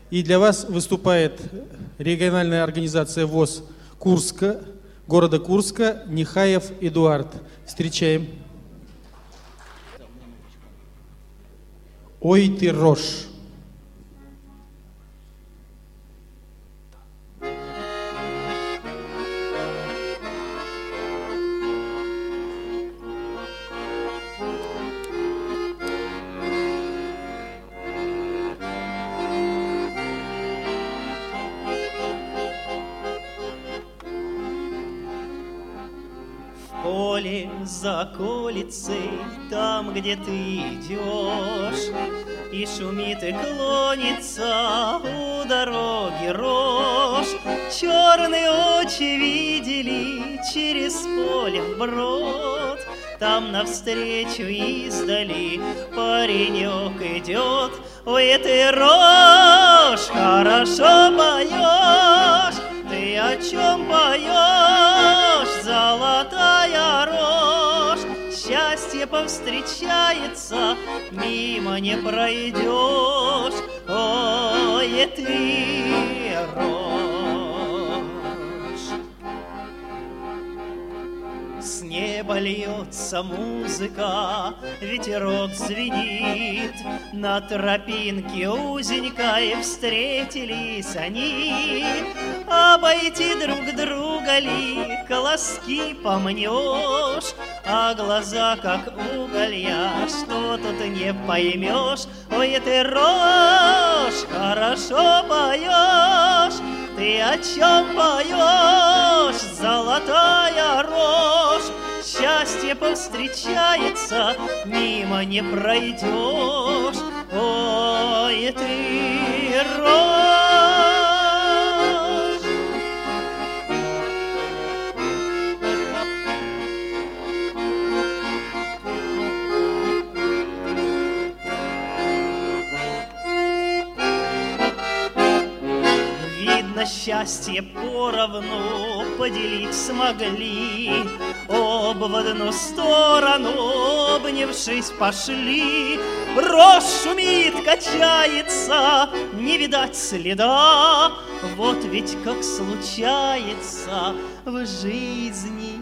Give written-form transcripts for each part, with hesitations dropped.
И для вас выступает региональная организация ВОС Курска, города Курска, Нехаев Эдуард. Встречаем. Ой ты рожь. За околицей, там, где ты идешь, и шумит и клонится у дороги рожь. Черные очи видели через поле вброд, там навстречу издали паренек идет. Ой, ты рожь, хорошо поешь, ты о чем поешь, золотая рожь? Счастье повстречается, мимо не пройдешь. Ой, ты рожь. С неба льется музыка, ветерок звенит, на тропинке узенькой встретились они. Обойти друг друга ли, колоски помнешь, а глаза как уголья, что тут не поймешь. Ой, ты рожь, хорошо поешь, ты о чем поешь, золотая рожь? Счастье повстречается, мимо не пройдешь. Ой, ты рожь. Видно, счастье поровну поделить смогли, оба в одну сторону, обнявшись, пошли. Рожь шумит, качается, не видать следа. Вот ведь как случается в жизни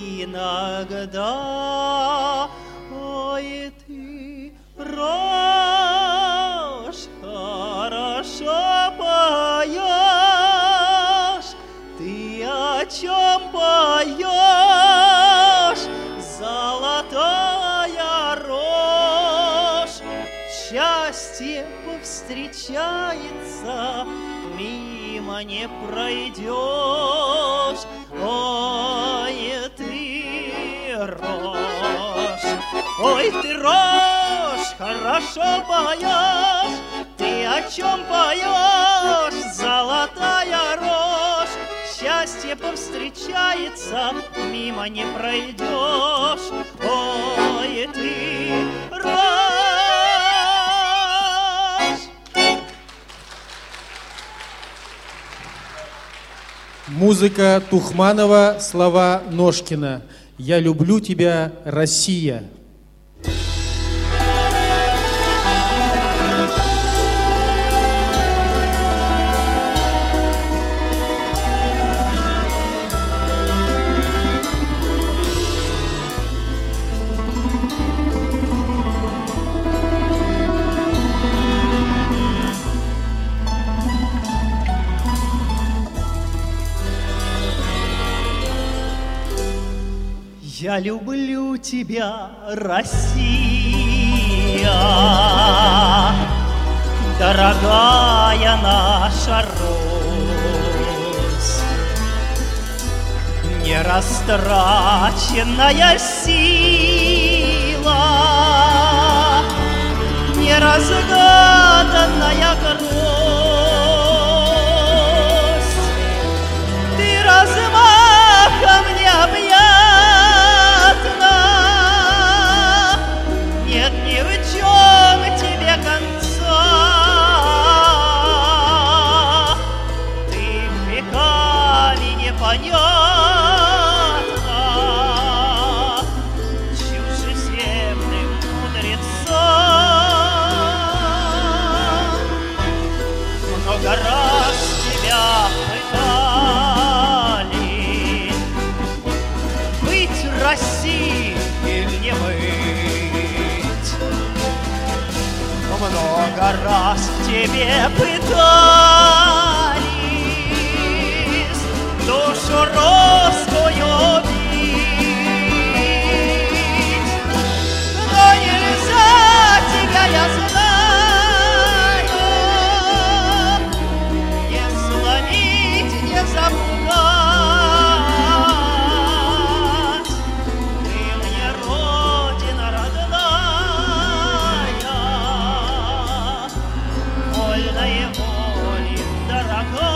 иногда. Ой, ты рожь, хорошо поешь, ты о чем поешь, золотая рожь? Счастье повстречается, мимо не пройдешь. Ой, ты рожь, ой, ты рожь, хорошо поешь, ты о чем поешь, золотая рожь? Счастье повстречается, мимо не пройдешь. Ой, ты рожь. Музыка Тухманова, слова Ножкина. «Я люблю тебя, Россия». Я люблю тебя, Россия, дорогая наша Русь, нерастраченная сила, неразгаданная грусть. Ты размахом необъятна, нет ни в чем тебе конца. Ты веками непонятна чужеземным мудрецам. много раз тебя пытали быть Россией или не быть. Много раз к тебе пытались душу русскую бить, но нельзя тебя, я знаю, не сломить, не запугать. Ты мне родина родная, вольной волей дорога.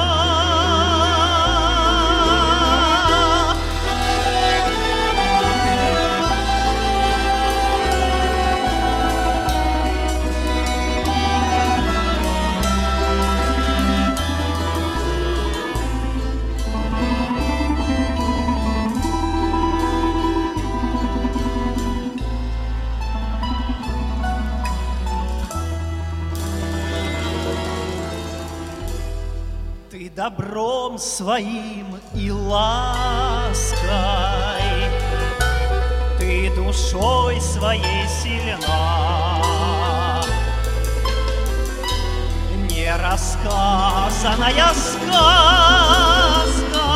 Ты добром своим и лаской, ты душой своей сильна. Нерассказанная сказка,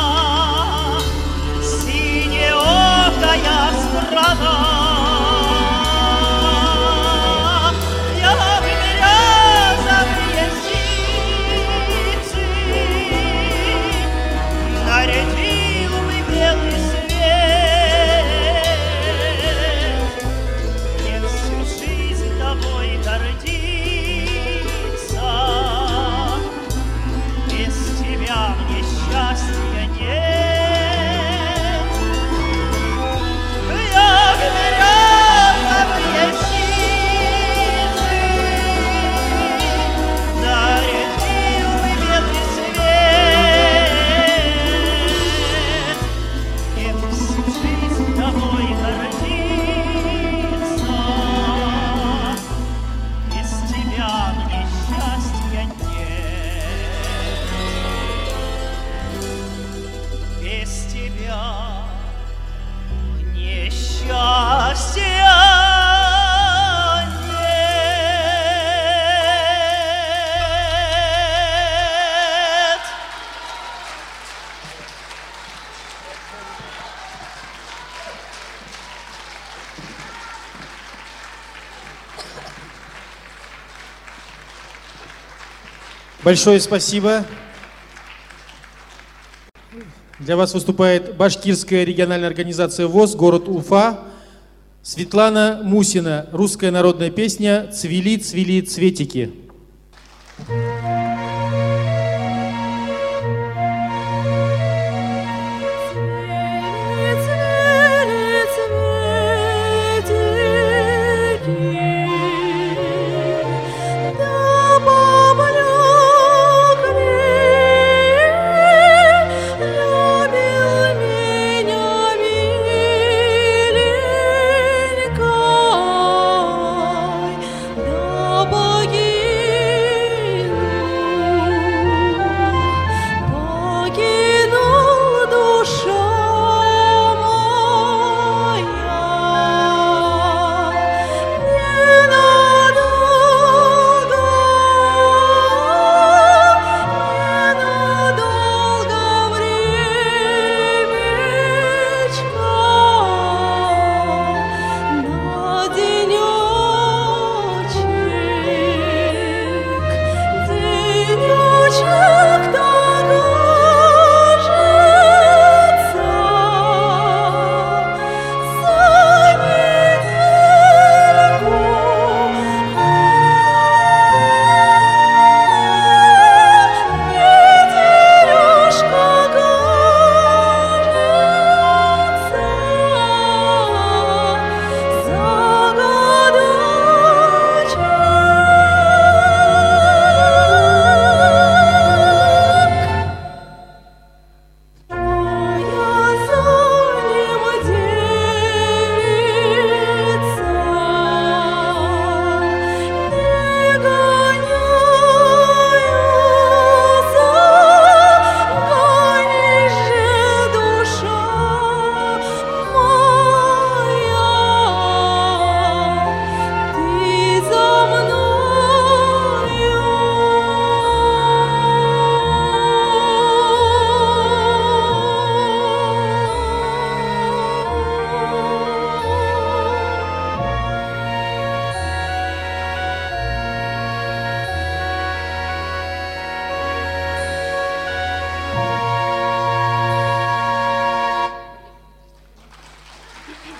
синеокая страна. Нарядил бы белый свет, мне всю жизнь тобой гордиться. Без тебя мне счастья нет. Я березовые птицы, нарядил бы белый свет. Жизнь тобой гордиться, без тебя мне счастья нет. Без тебя мне счастья нет. Большое спасибо. Для вас выступает башкирская региональная организация ВОС, город Уфа. Светлана Мусина. Русская народная песня «Цвели, цвели цветики». Боги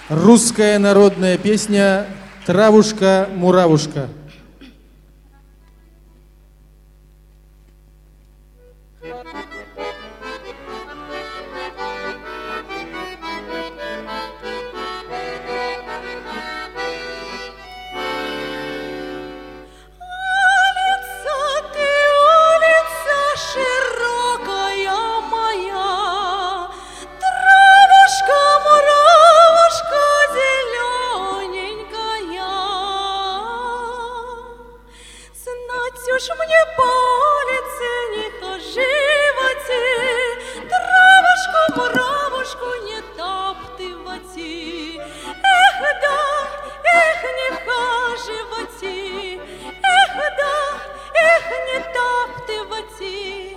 Русская народная песня «Травушка-муравушка». Уж мне по улице не хоживати, травушку-муравушку не топтывати. Эх, да, эх, не хаживати, эх, да, эх, не топтывати.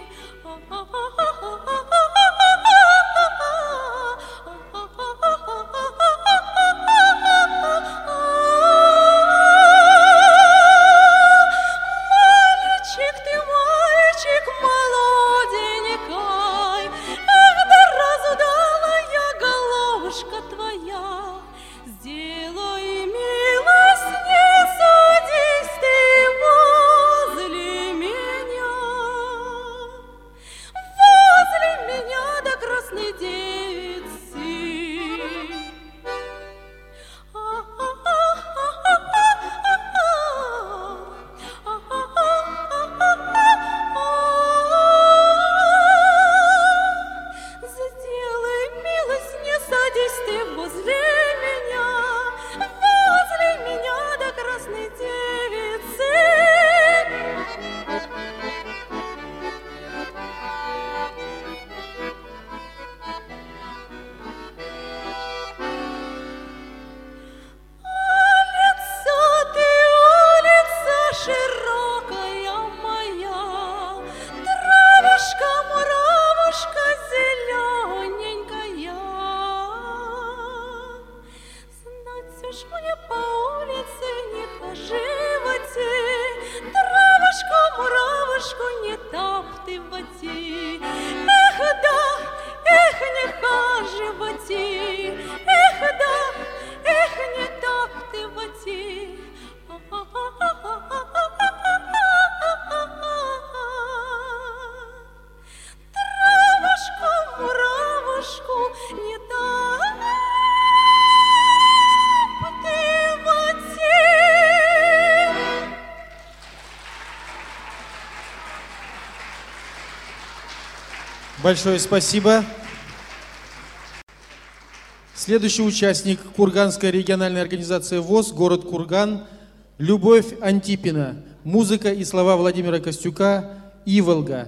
Большое спасибо. Следующий участник — Курганская региональная организация ВОС, город Курган, Любовь Антипина. Музыка и слова Владимира Костюка «Иволга».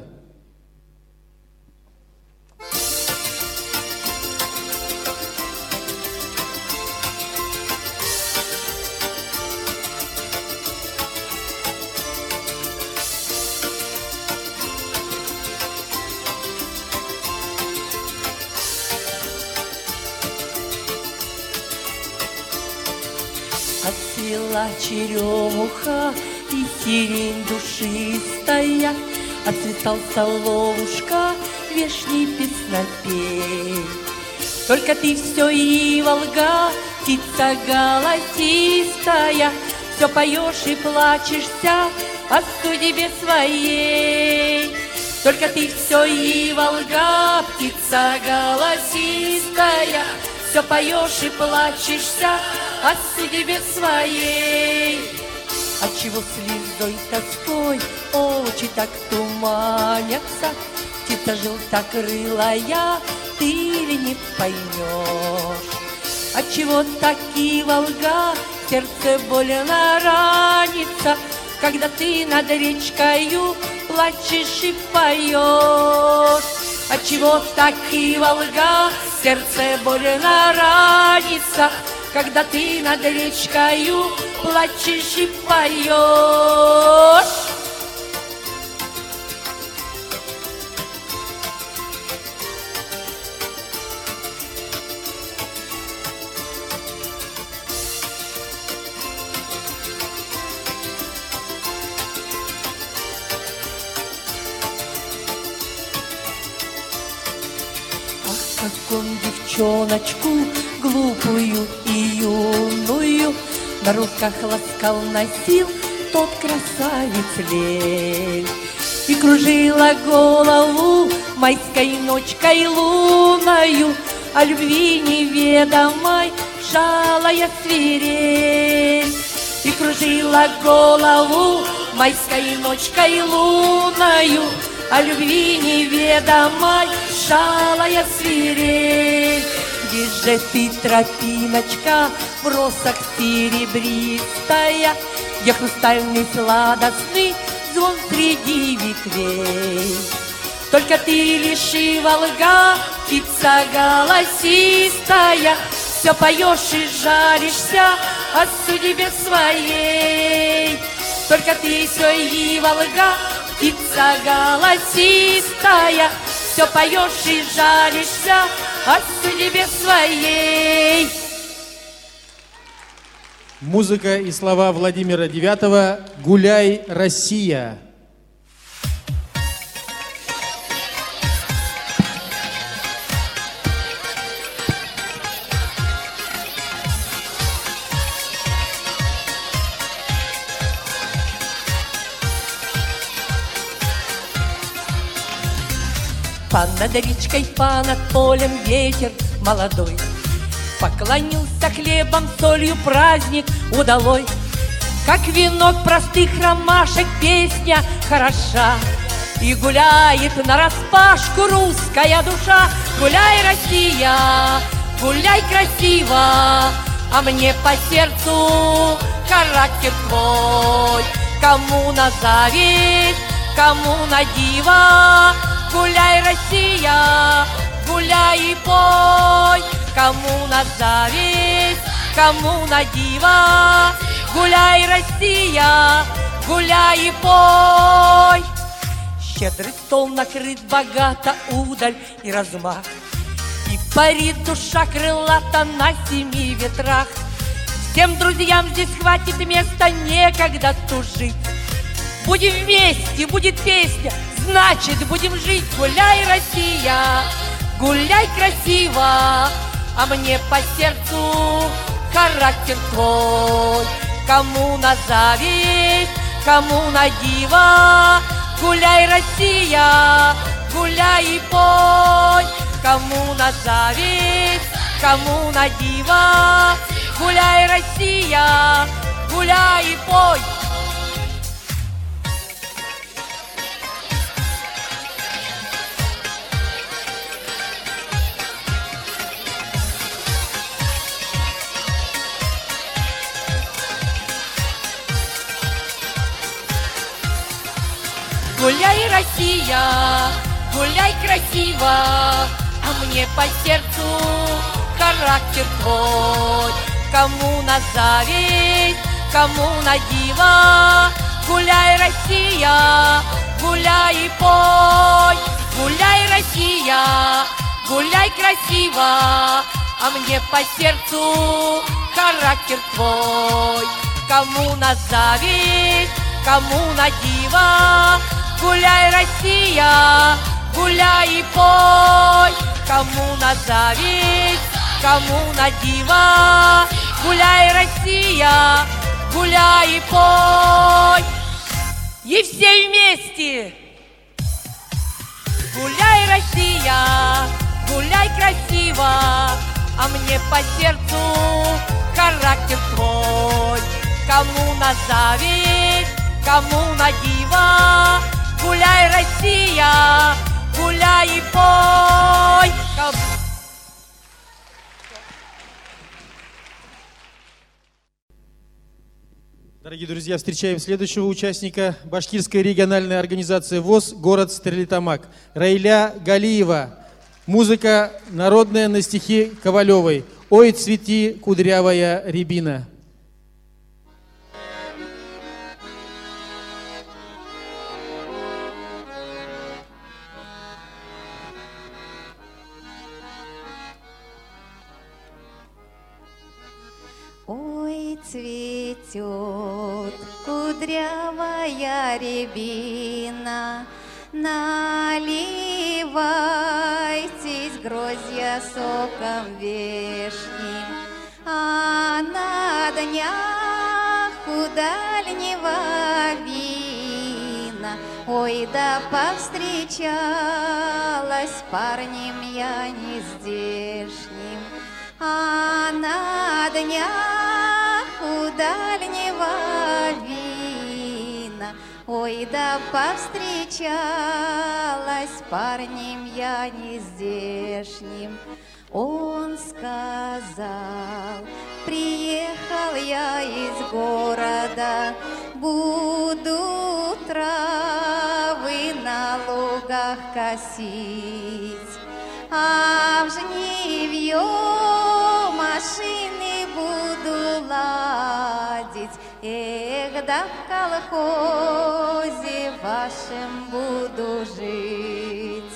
Отцвела черемуха и сирень душистая, отцветал соловушка, вешний песнопей. Только ты все иволга, птица голосистая, все поешь и плачешься о судьбе своей. Только ты все иволга, птица голосистая, все поешь и плачешься о судьбе своей. Отчего слезой тоской очи так туманятся? Птица желтокрылая, ты ли не поймешь? Отчего так иволга, сердце больно ранится, когда ты над речкою плачешь и поешь? Отчего так иволга, сердце больно ранится, когда ты над речкою плачешь и поешь? Ах, как он девчоночку глупую и юную на руках ласкал, носил тот красавец лель. И кружила голову майской ночкой луною, о любви неведомой жалая свирель. И кружила голову майской ночкой луною, о любви неведомой жалая свирель. Где же ты, тропиночка, в росах серебристая, где хрустальный сладостный звон среди ветвей? Только ты лишь и Волга, птица голосистая, все поешь и жаришься о судьбе своей. Только ты все и Волга, птица голосистая, все поешь и жаришься о судьбе своей. Музыка и слова Владимира Девятого «Гуляй, Россия». Над речкой, над полем ветер молодой поклонился хлебом, солью праздник удалой. Как венок простых ромашек песня хороша, и гуляет нараспашку русская душа. Гуляй, Россия, гуляй красиво, а мне по сердцу характер твой. Кому на зависть, кому на диво, гуляй, Россия, гуляй и пой. Кому на зависть, кому на диво, гуляй, Россия, гуляй и пой. Щедрый стол накрыт, богато удаль и размах, и парит душа крылата на 7 ветрах. Всем друзьям здесь хватит места, некогда тужить. Будем вместе, будет песня, значит, будем жить. Гуляй, Россия, гуляй красиво, а мне по сердцу характер твой. Кому на зависть, кому на диво, гуляй, Россия, гуляй и пой. Кому на зависть, кому на диво, гуляй, Россия, гуляй и пой. Гуляй, Россия, гуляй красиво, а мне по сердцу характер твой. Кому на зависть, кому на диво, гуляй, Россия, гуляй и пой. Гуляй, Россия, гуляй красиво, а мне по сердцу характер твой. Кому на зависть, кому на диво, гуляй, Россия, гуляй и пой. Кому на зависть, кому на диво, гуляй, Россия, гуляй и пой. И все вместе. Гуляй, Россия, гуляй красиво, а мне по сердцу характер твой. Кому на зависть, кому на диво, гуляй, Россия, гуляй и пой. Дорогие друзья, встречаем следующего участника. Башкирская региональная организация ВОС, город Стерлитамак. Раиля Галиева. Музыка народная на стихи Ковалевой. «Ой, цвети, кудрявая рябина». Ой, цветет кудрявая рябина, наливайтесь гроздь гроздья соком вешним, а на днях у дальнего вина, ой, да повстречалась с парнем я нездешним, а на днях у дальнего вина, ой, да повстречалась с парнем я нездешним. Он сказал: приехал я из города, буду травы на лугах косить, а в жнивье машины буду ладить. Эх, да в колхозе вашем буду жить.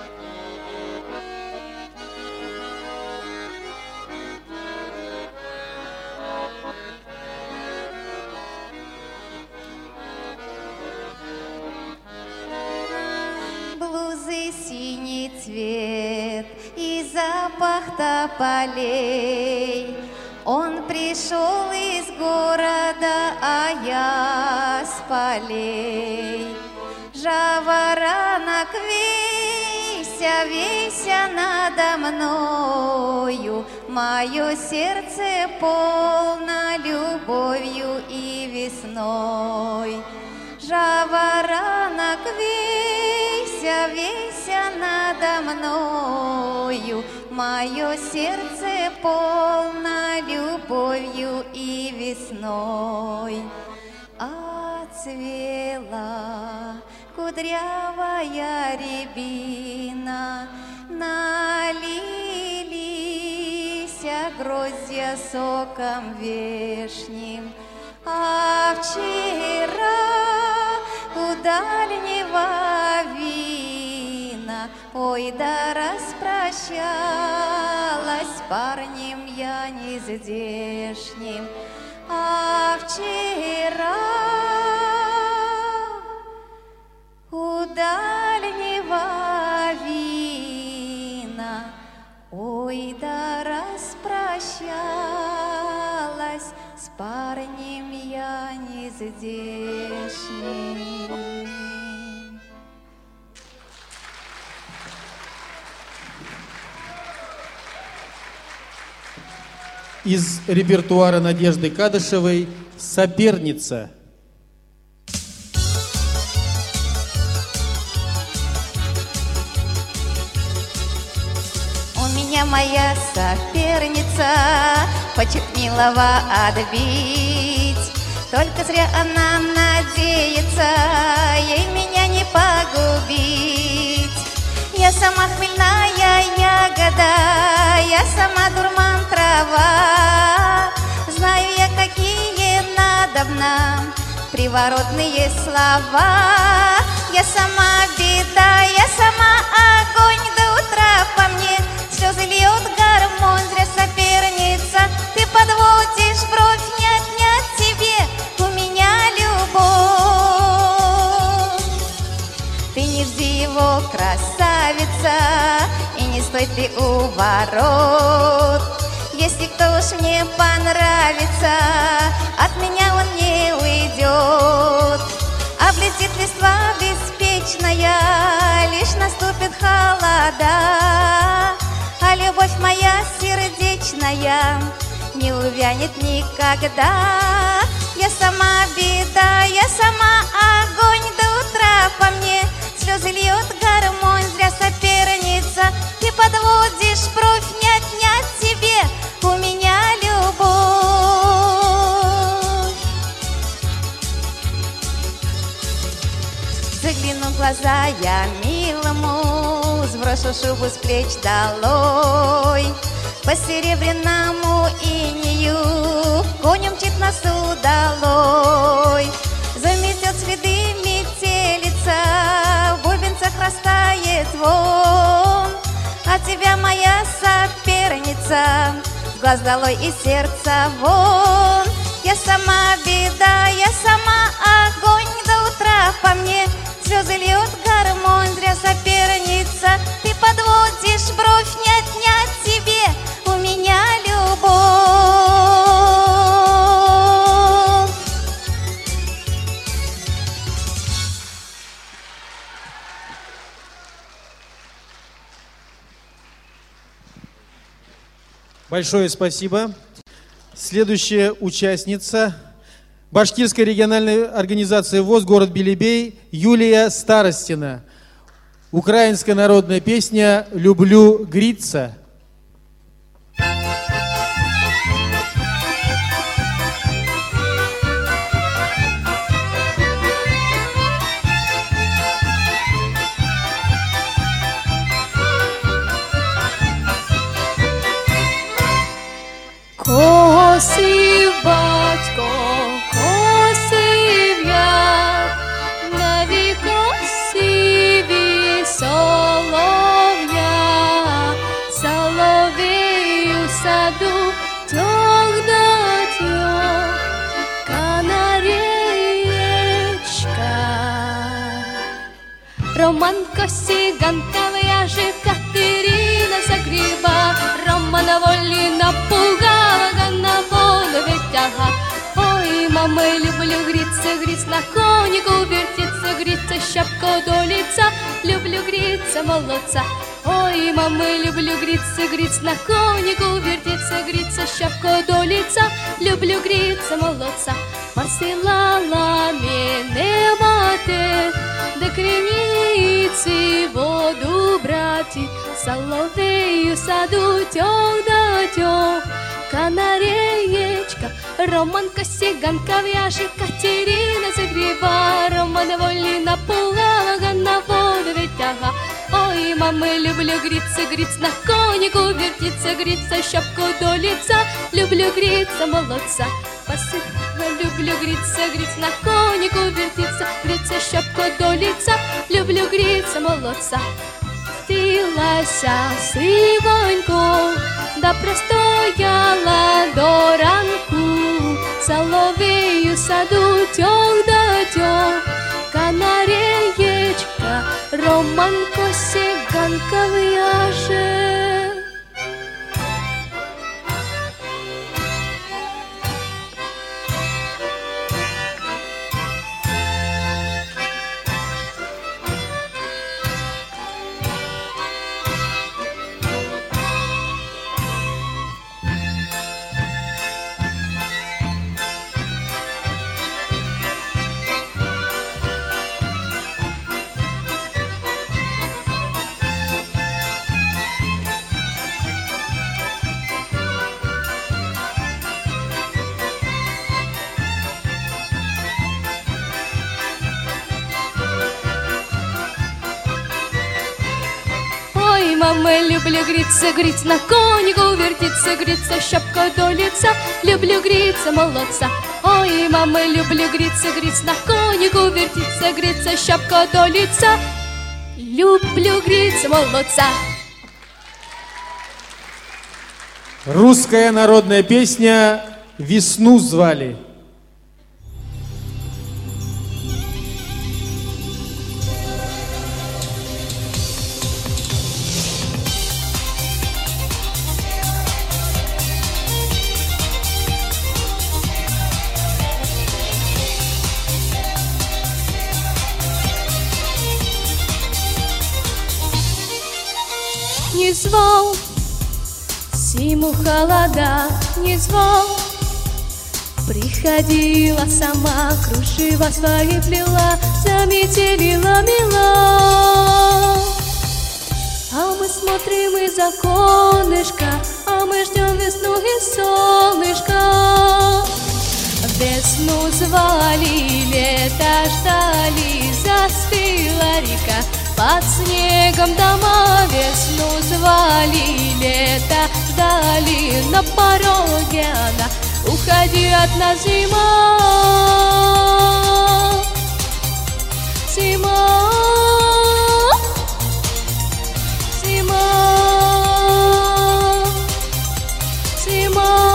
Блузы синий цвет и запах тополей. Он пришел из города, а я с полей. Жаворонок вися, вися надо мною, мое сердце полно любовью и весной. Жаворонок вися, вися надо мною, мое сердце полно любовью и весной. Отцвела кудрявая рябина, налились гроздья соком вешним, а вчера у дальнего вина, ой, да распрощалась с парнем я нездешним, а вчера у дальнего вина, ой, да распрощалась с парнем я нездешним. Из репертуара Надежды Кадышевой «Соперница». У меня моя соперница хочет милого отбить, только зря она надеется ей меня не погубить. Я сама хмельная ягода, я сама дурман трава, знаю я, какие надобно приворотные слова. Я сама беда, я сама огонь, до утра по мне слезы льет гармонь. Зря соперница, ты подводишь бровь, не отнять тебе у меня любовь. Ты не жди его, красавица, и не стой ты у ворот. Если кто уж мне понравится, от меня он не уйдет. Облетит листва беспечная, лишь наступит холода, а любовь моя сердечная не увянет никогда. Я сама беда, я сама огонь, до утра по мне слезы льет гармонь. Зря соперница, ты подводишь бровь, не отнять тебе у меня любовь. Загляну в глаза я милому, сброшу шубу с плеч долой. По серебряному инею конь умчит нас удалой. Заметет следы метелица, в бубенцах растает вон. А тебя, моя соперница, с глаз долой и сердца вон. Я сама беда, я сама огонь, до утра по мне слезы льет гармонь. Зря соперница, ты подводишь бровь, не отнять Большое спасибо. Следующая участница Башкирской региональной организации ВОС, город Белебей, Юлия Старостина. Украинская народная песня «Люблю гриться». Косив батько, косив я, навік косиві солов'я, соловей у саду тьох да тьох, канареечка. Роман косиганка в'яже, Катерина загріба, Романа волі напугала, на воду витяга. Ой, мама, люблю гріться, гріться на коніку, вертіться, гріться, шапку до лица, люблю гріться, молодця. Ой, мама, люблю гріться, гріться на коніку, вертіться, гріться, шапку до лица, люблю гріться, молодця. Посилала мене мати до криниці воду брати, соловею саду тьох да тьох, канареечка. Романка сиганка в'яже, Катерина загріба, Романа волі напугала, на воду витяга. Ой, мама, люблю гріться, гріться на коніку, вертіться, гріться, шапку до лица, люблю гріться, молодця. Люблю гріться, гріться на коніку, вертіться, гріться, шапку до лица, люблю гріться, молодця. Стилася сивонько, да простояла до ранку, соловею саду тьох да тьох, канареечка, Романко сиганка в'яже. Мама, люблю гріться, гріться на коніку, вертіться, гріться, шапка до лица, люблю гріться, молодця. Ой, мама, люблю гріться, гріться на коніку, вертіться, гріться, шапка до лица, люблю гріться, молодця. Русская народная песня «Весну звали». Не звал, зиму холода не звал, приходила сама, кружева свои плела, заметелила мила. А мы смотрим из оконышка, а мы ждем весну и солнышко. Весну звали, лето ждали, заспела река. Под снегом дома весну звали, лето ждали, на пороге она, уходи от нас, зима, зима, зима, зима.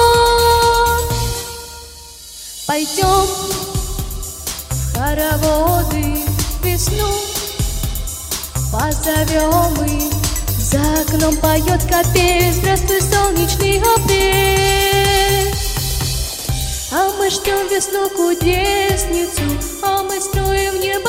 Пойдем в хороводы весну, позовем и за окном поет капель. Здравствуй, солнечный апрель. А мы ждем весну кудесницу, а мы строим небо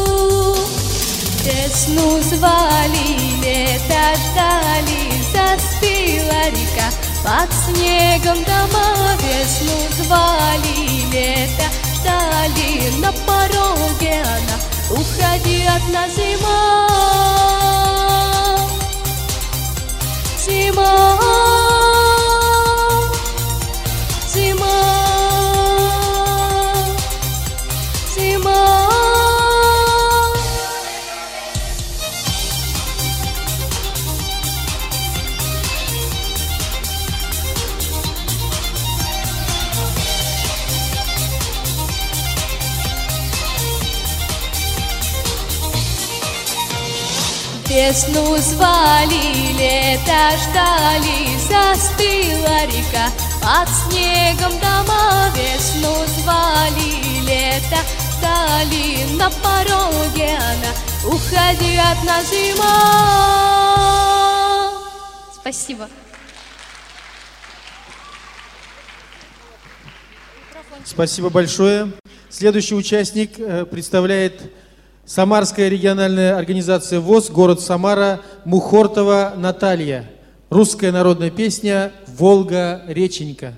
лестницу. Весну звали, лето ждали, застыла река. Под снегом дома весну звали, лето ждали, на пороге она. Уходи от нас, зима, зима, зима, зима. Весну звали, лето ждали, застыла река. Под снегом дома весну звали, лето ждали, на пороге она. Уходи от нас, зима. Спасибо. Спасибо большое. Следующий участник представляет Самарская региональная организация ВОС, город Самара, Мухортова Наталья. Русская народная песня «Волга-реченька».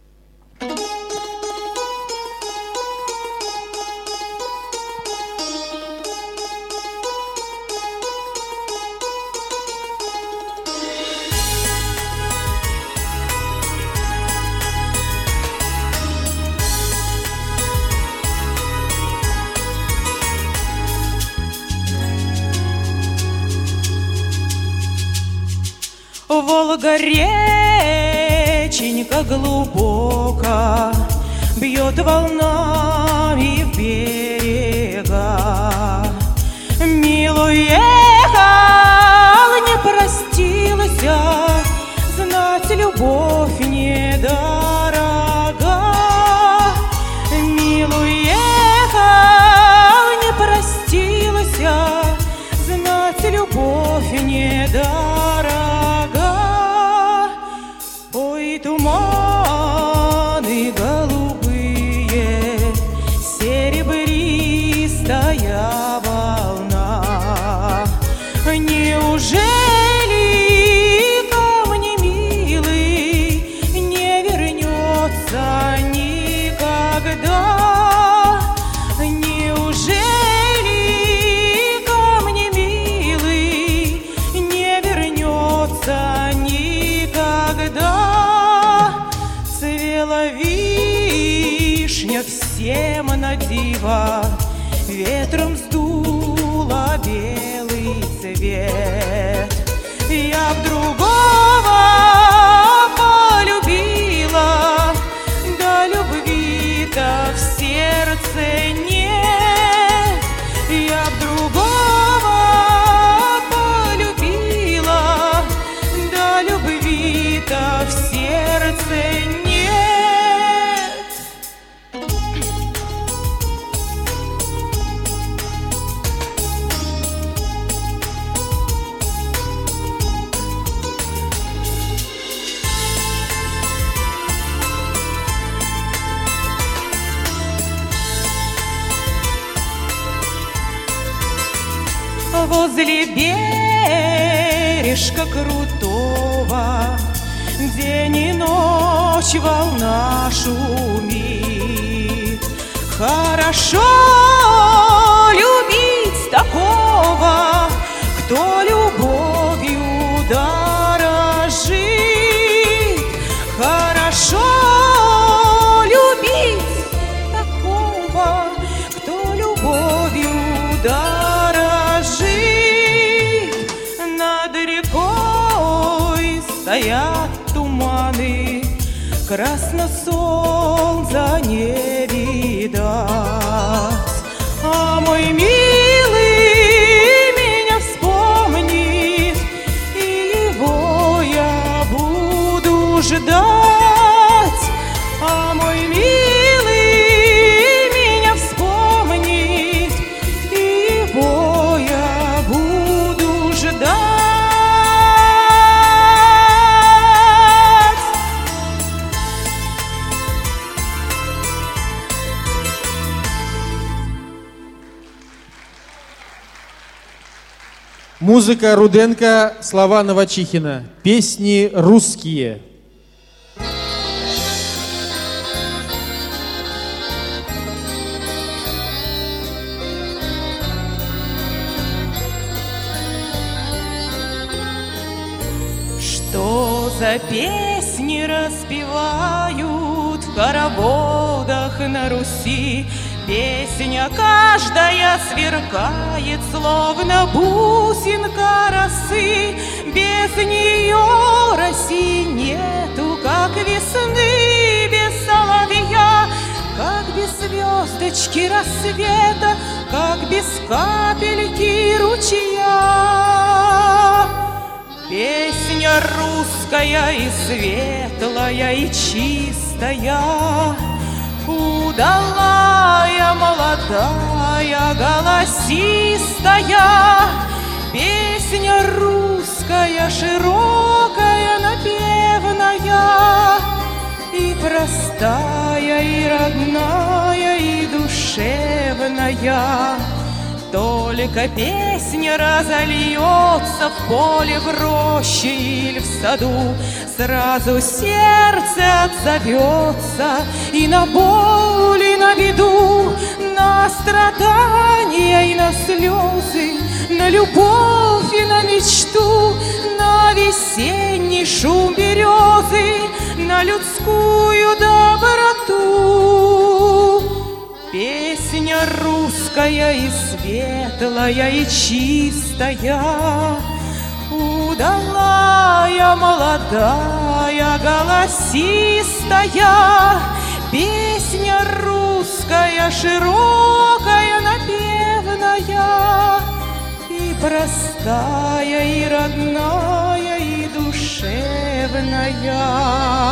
Волга-реченька глубоко бьет волнами в берега. Милый ехал, не простился, знать любовь недорога. Милый ехал, не простился, знать любовь недорога. Туманы голубые, серебристая волна. Неужели ко мне, милый, не вернется никогда? Неужели ко мне, милый, не вернется никогда? Цвела вишня всем на диво, ветром сдула белый цвет. Я в другого полюбила, да любви-то в сердце нет. Я в другого полюбила, да любви-то в сердце нет. Возле бережка крутого день и ночь волна шумит. Хорошо любить такого, кто любовью дорожит. Хорошо любить такого, кто любовью дорожит. Над рекой стоят туманы, красно солнца не видать. А мой милый меня вспомнит, и его я буду ждать. А мой милый меня вспомнит, и его я буду ждать. Музыка Руденко, слова Новочихина. Песни русские. Что за песни распевают в хороводах на Руси? Песня каждая сверкает, словно бусинка росы. Без нее России нету, как весны без соловья, как без звездочки рассвета, как без капельки ручья. Песня русская и светлая, и чистая, удалая, молодая, голосистая. Песня русская, широкая, напевная, и простая, и родная, и душевная. Только песня разольется в поле, в роще или в саду, сразу сердце отзовется и на боль, и на беду, на страдания и на слезы, на любовь и на мечту, на весенний шум березы, на людскую доброту. Песня русская и светлая, и чистая, удалая, молодая, голосистая. Песня русская, широкая, напевная, и простая, и родная, и душевная.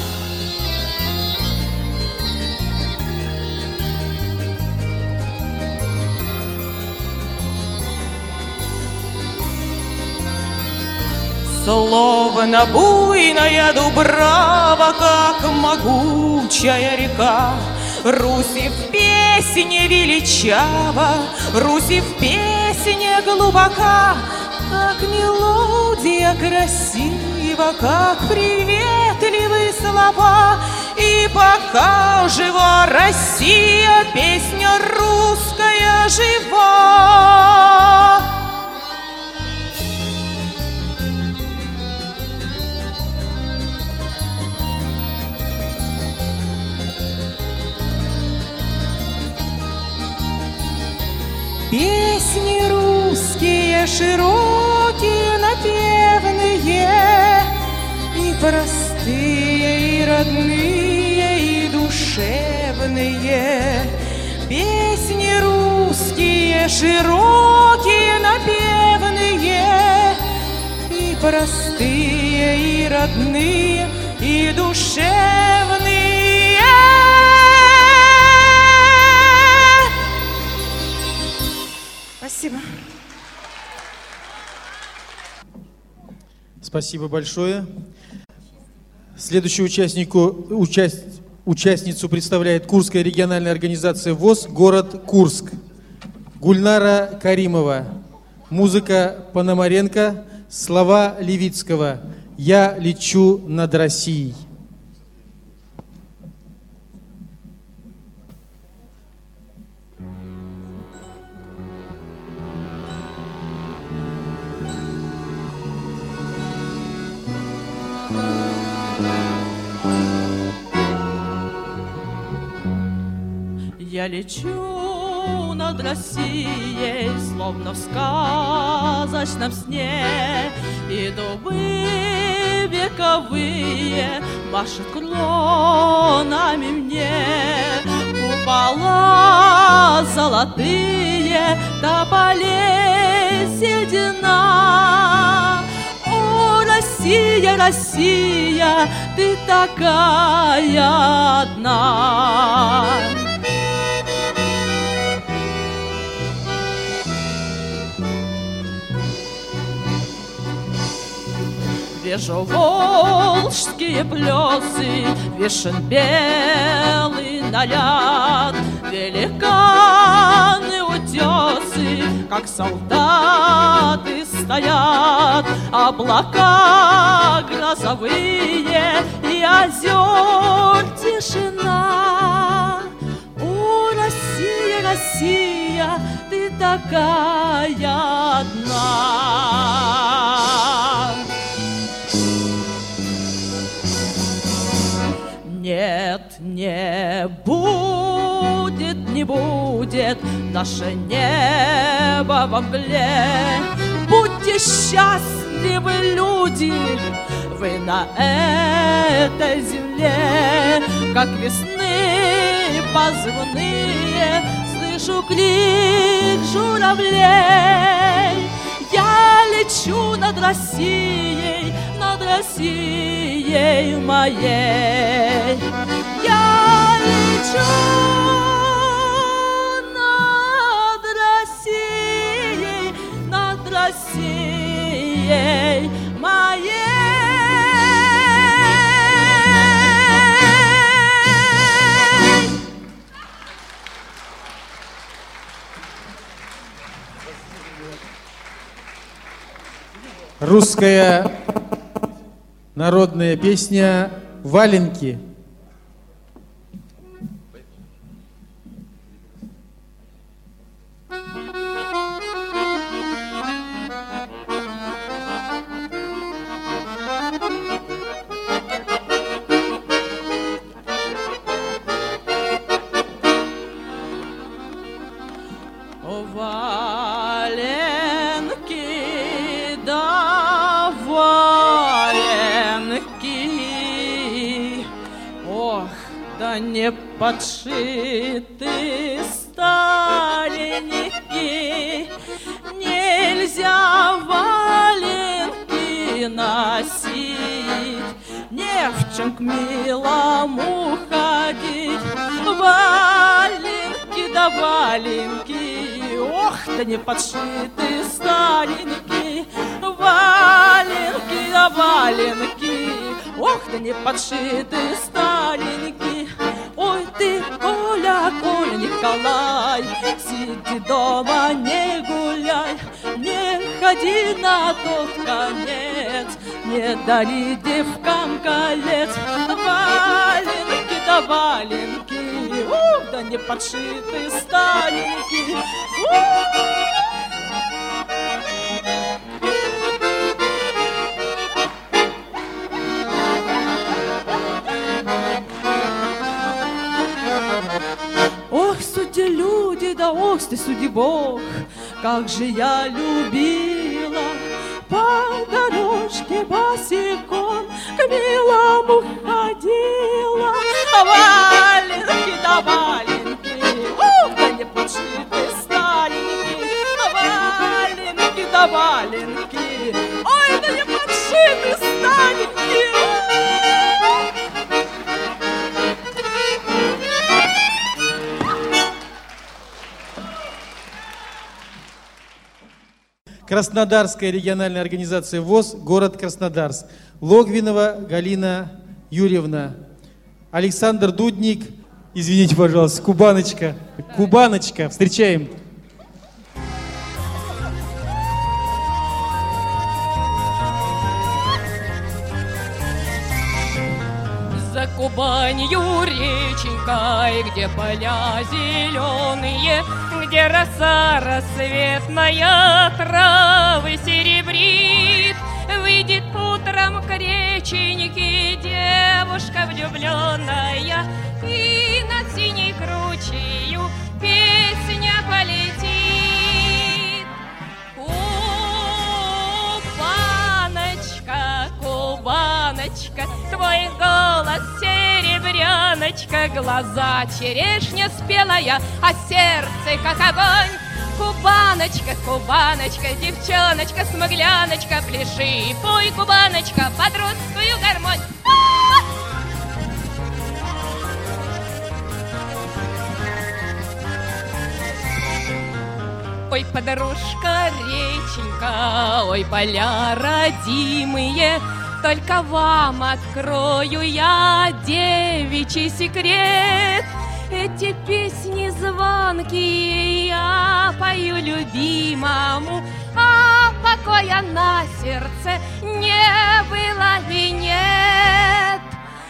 Словно буйная дубрава, как могучая река, Руси в песне величава, Руси в песне глубока, как мелодия красива, как приветливые слова. И пока жива Россия, песня русская жива. Песни русские, широкие, напевные, и простые, и родные, и душевные. Песни русские, широкие, напевные, и простые, и родные, и душевные. Спасибо. Спасибо большое. Следующую участницу представляет Курская региональная организация ВОС, город Курск. Гульнара Каримова. Музыка Пономаренко, слова Левицкого. «Я лечу над Россией». Я лечу над Россией, словно в сказочном сне, и дубы вековые машут кронами мне. Купола золотые, тополей седина. О, Россия, Россия, ты такая одна. Вижу волжские плесы, вишен белый наряд, великаны утесы, как солдаты стоят облака грозовые и озер тишина. О, Россия, Россия, ты такая одна. Нет, не будет, не будет наше небо во мгле. Будьте счастливы, люди, вы на этой земле, как весны позывные, слышу крик журавлей. Я лечу над Россией моей. Я лечу над Россией моей. Русская народная песня «Валенки». Не подшиты старенькие, нельзя валенки носить, не в чем к милому ходить. Валенки да валенки, ох, да не подшиты старенькие. Валенки да валенки, ох, да не подшиты старенькие. Ой ты, Коля, Коля, Николай, сиди дома, не гуляй, не ходи на тот конец, не дари девкам колец. Валенки да валенки, да не подшиты старенькие. Ох, судьи люди, да ох ты, суди Бог, как же я любила по дорожке босиком к милому ходила. Валенки да валенки, ох, да не подшиты старенькие. Валенки да валенки, ой, да не подшиты старенькие. Краснодарская региональная организация ВОС, город Краснодарск. Логвинова Галина Юрьевна. Александр Дудник, извините, пожалуйста, Кубаночка. Кубаночка, встречаем. За Кубанью реченькой, где поля зеленые, где роса рассветная травы серебрит, выйдет утром к реченьке девушка влюбленная, и над синей кручею песня полетит. Кубаночка, Кубаночка, твой голос серебряночка, глаза черешня спелая, а сердце как огонь. Кубаночка, Кубаночка, девчоночка, смугляночка, пляши, пой, Кубаночка, под русскую гармонь. Ой, подружка, реченька, ой, поля родимые, только вам открою я девичий секрет. Эти песни звонкие я пою любимому, а по покоя на сердце не было и нет.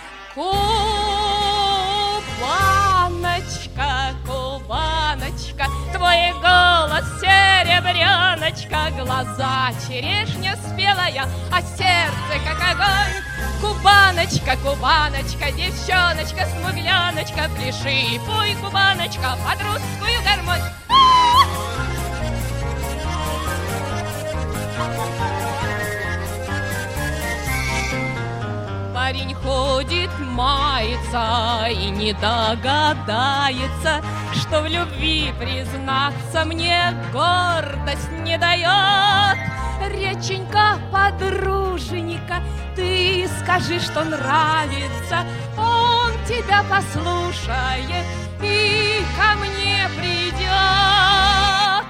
Кубаночка, Кубаночка, твой голос серебряночка, глаза черешня спелая, а сердце как огонь. Кубаночка, Кубаночка, девчоночка, смугляночка, пляши, пой, Кубаночка, под русскую гармонь. Парень ходит, мается и не догадается, что в любви признаться мне гордость не дает. Реченька, подруженька, ты скажи, что нравится, он тебя послушает и ко мне придет.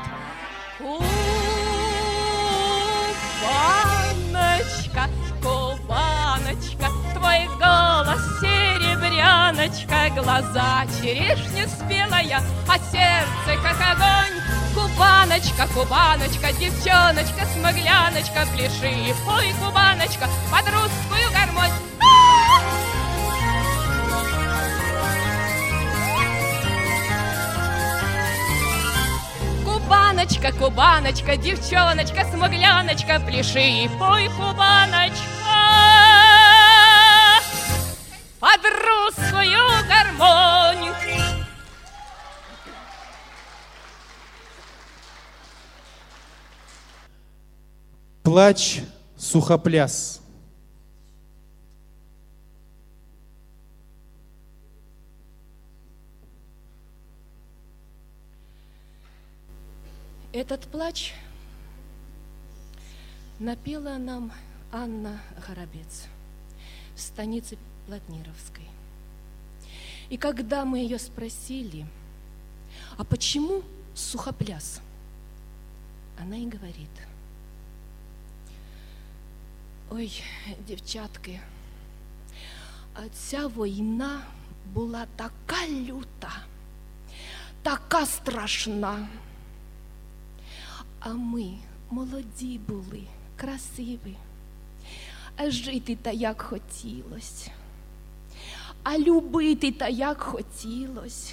Кубаночка, Кубаночка, твой голос серебряночка, глаза черешня спелая, а сердце как огонь. Кубаночка, Кубаночка, девчоночка, смугляночка, пляши, пой, Кубаночка, под русскую гармонь. Кубаночка, Кубаночка, девчоночка, смугляночка, пляши, пой, Кубаночка, под русскую гармонь. Плач, сухопляс. Этот плач напела нам Анна Горобец в станице Плотнировской. И когда мы ее спросили, а почему сухопляс, она и говорит: ой, дівчатки, а ця війна була така люта, така страшна. А ми молоді були, красиві, а жити та як хотілось, а любити та як хотілось.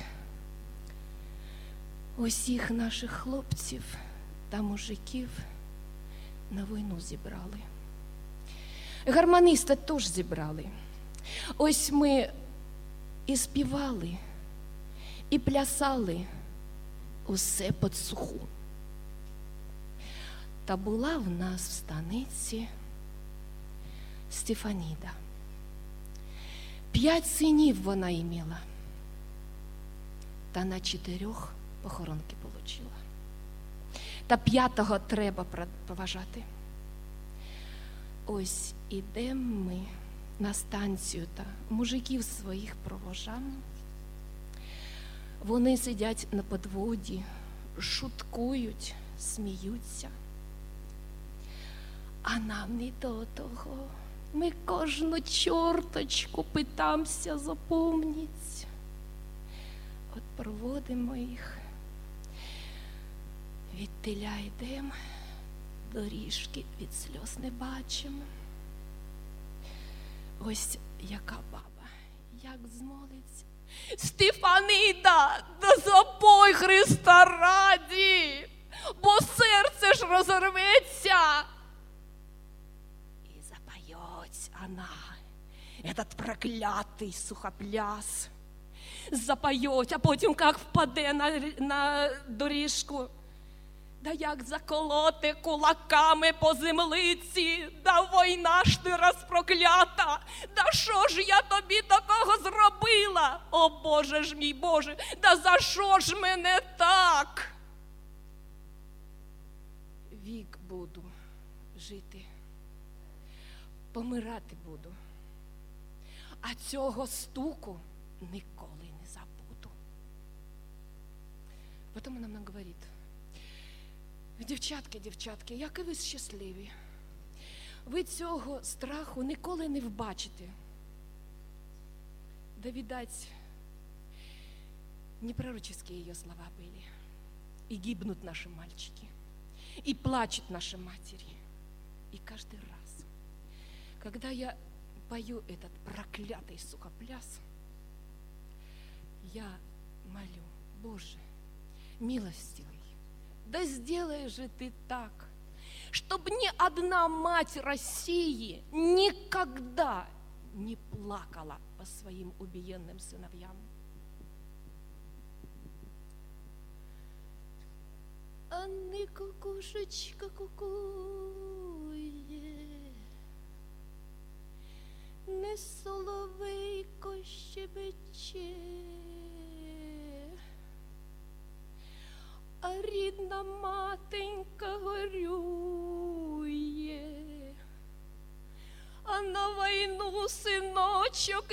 Усіх наших хлопців та мужиків на війну зібрали. Гармоніста теж зібрали. Ось ми і співали, і плясали усе під суху. Та була в нас в станиці Стефаніда. 5 синів вона імела, та на 4 похоронки получила. Та 5-го треба проважати. Ось ідемо ми на станцію, та мужиків своїх провожаємо. Вони сидять на подводі, шуткують, сміються. А нам не до того. Ми кожну чорточку питаємося запомнити. От проводимо їх, відтиля йдемо, доріжки від сльоз не бачимо. Ось яка баба, як змолиться: Стефаніда, да запой Христа раді, бо серце ж розорветься. Она, этот проклятий сухопляс, запоет, а потім як впаде на доріжку, да як заколоти кулаками по землиці, да війна ж ти розпроклята, да що ж я тобі такого зробила, о Боже ж мій Боже, да за що ж мене так? Вік буду жити, помирати буду, а цього стуку ніколи не забуду. Потім вона нам говорить: дівчатки, дівчатки, які ви щасливі. Ви цього страху ніколи не вбачите. Да, видать, не пророческие ее слова были. И гибнут наши мальчики, и плачут наши матери. И каждый раз, когда я пою этот проклятый сухопляс, я молю: Боже, милостивый, да сделай же ты так, чтобы ни одна мать России никогда не плакала по своим убиенным сыновьям. Анны кукушечка кукує, не соловейко щебече, а рідна матенька горює, а на війну синочок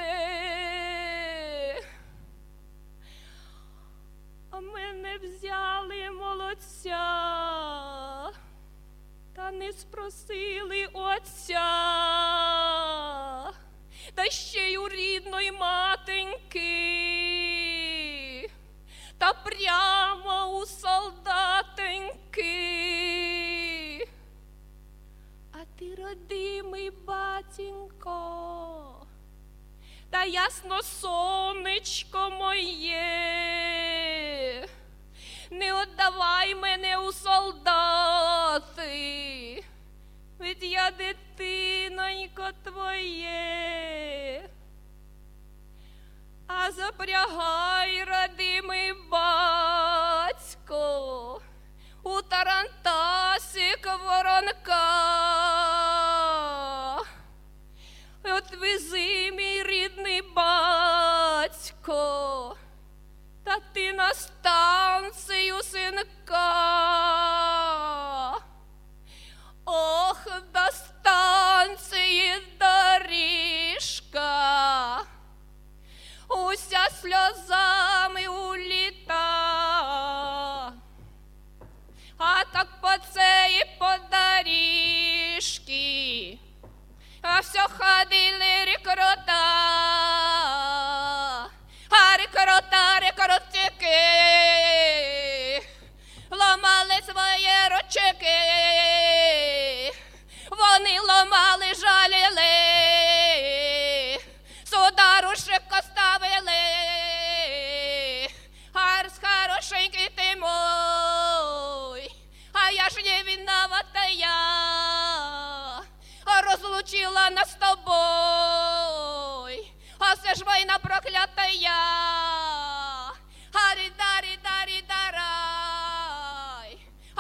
йде. А мене взяли молодця, та не спросили отця, та ще й у рідної матеньки, та прямо у солдатеньки. А ти, родимий батінко, та ясно сонечко моє, не отдавай мене у солдати, ведь я дитинонько твоє. А запрягай, родимий батько, у тарантасик воронка. Отвези, мій рідний батько, та ти на станцію синка. Ох, до станції доріжка, уся сльозами уліта. А так по цій подаріжки, а все ходили рекрута, а рекрутики ламали свої ручки, вони ламали, жаліли, сюди рушик ставили, а хорошенький ти мой, а я ж не виновата я, розлучила нас з тобою, а все ж війна проклятая. Ари-дари-дари-дарай,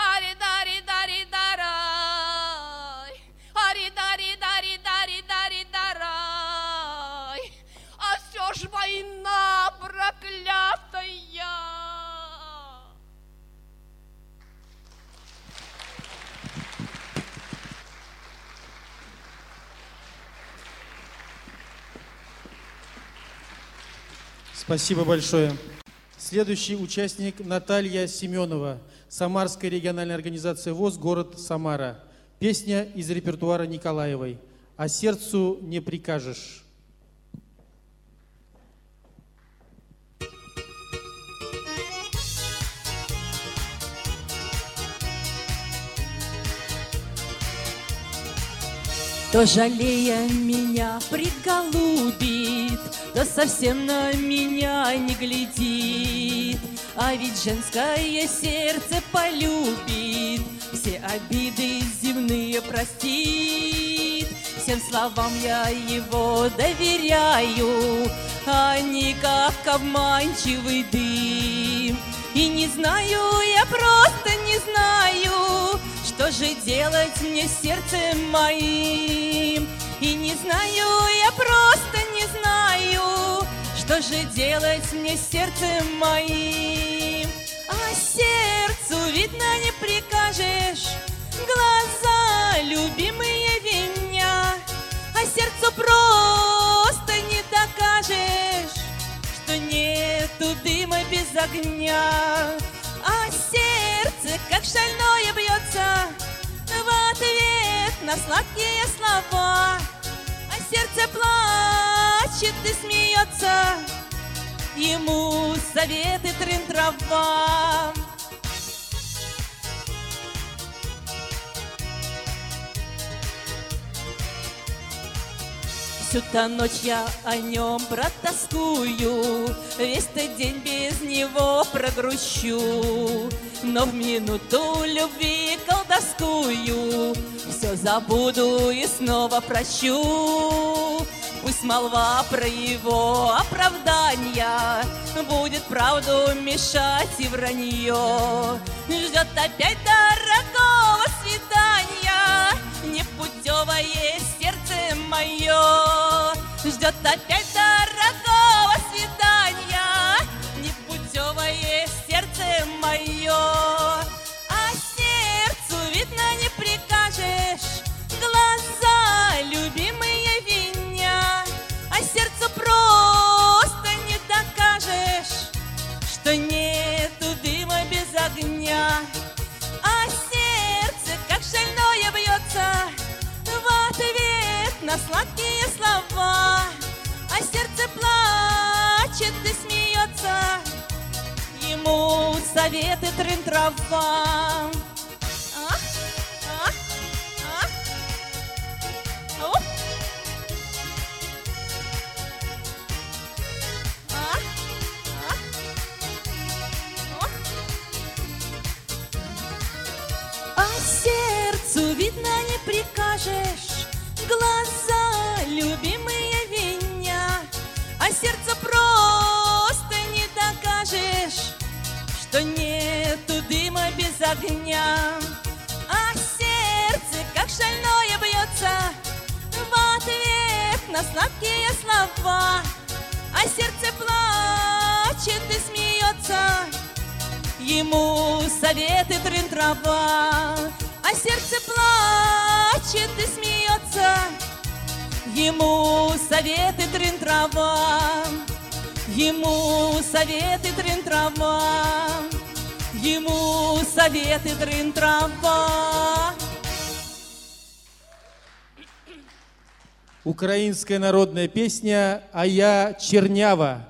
ари-дари-дари-дарай, ари-дари-дари-дари-дари-дарай, а все ж війна проклятая. Спасибо большое. Следующий участник Наталья Семенова, Самарская региональная организация ВОС, город Самара. Песня из репертуара Николаевой «А сердцу не прикажешь». То, жалея меня, приголубит, то совсем на меня не глядит. А ведь женское сердце полюбит, все обиды земные простит. Всем словам я его доверяю, они как обманчивый дым. И не знаю, я просто не знаю, что же делать мне с сердцем моим. И не знаю, я просто не знаю, что же делать мне с сердцем моим. А сердцу, видно, не прикажешь, глаза любимые виня, а сердцу просто не докажешь, что нету дыма без огня. А сердце, как шальное, бьется в ответ на сладкие слова. А сердце плачет и смеется, ему советы трын-трава. Всю-то ночь я о нем протоскую, весь-то день без него прогрущу. Но в минуту любви колдовскую все забуду и снова прощу. Пусть молва про его оправдания будет правду мешать и вранье. Ждет опять дорогого свидания непутевое сердце мое. Ждет опять дорогого свидания непутевое сердце мое. А сердцу, видно, не прикажешь глаза любимые виня. А сердцу просто не докажешь, что нету дыма без огня. А сердце, как шальное, бьется в ответ на сладкие слова. А сердце плачет и смеется, ему советы трын-трава. А сердцу, видно, не прикажешь глаза любимые виня. А сердцу просто не докажешь, что нету дыма без огня. А сердце, как шальное, бьется в ответ на сладкие слова. А сердце плачет и смеется, ему советы трын-трава. А сердце плачет и смеется, ему советы трын-трава. Ему советы трын-трава. Ему советы трын-трава. Украинская народная песня «А я чернява».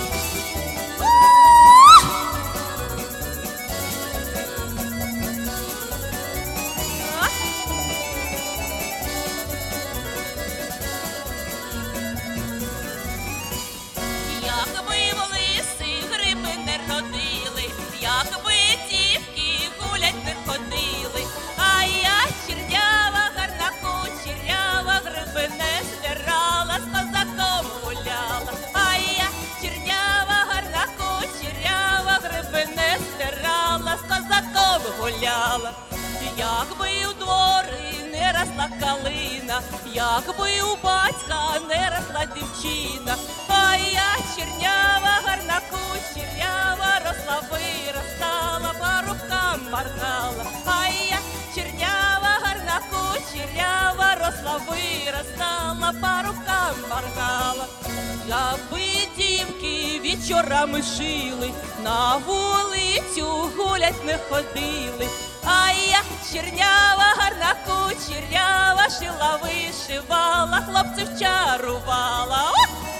Якби у двори не росла калина, якби у батька не росла дівчина, а я чернява, гарна кучерява, росла, виростала, по рукам моргала. А я чернява, гарна кучерява, росла, виростала, по рукам моргала. Аби дівки вечорами шили, на вулицю гулять не ходили. А я чернява, гарна кучерява, шила, вишивала, хлопців чарувала.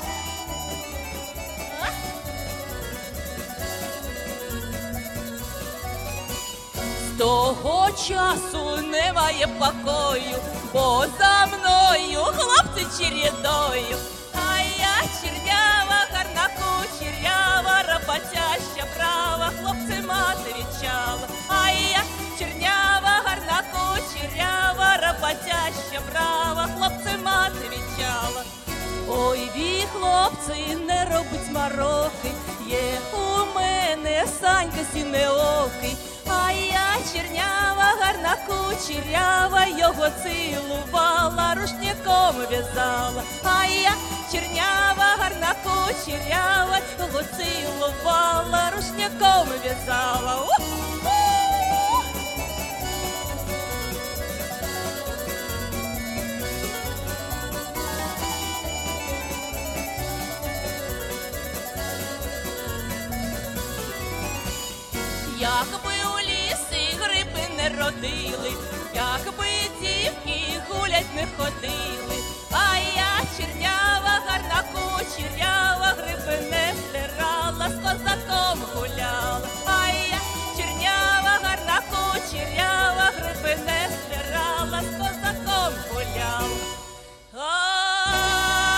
З того часу немає покою, бо за мною хлопці чередою. А я чернява, гарна кучерява, роботяща, права, хлопці мати вічала. А я чернява, гарна кучерява, роботяща, права, хлопці мати вічала. Ой, ви, хлопці, не робить мороки, є у мене Санька сінеокий. А я чернява, гарна кучерява, його цілувала, рушником в'язала. А я чернява, гарна кучерява, його цілувала, рушником в'язала. Якби у лісі гриби не родили, якби дівки гулять не ходили. А я чернява, гарна кучерява, гриби не стирала, з козаком гуляла. А я чернява, гарна кучерява, гриби не стирала, з козаком гуляла.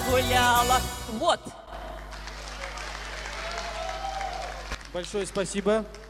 гуляла. Вот. Большое спасибо.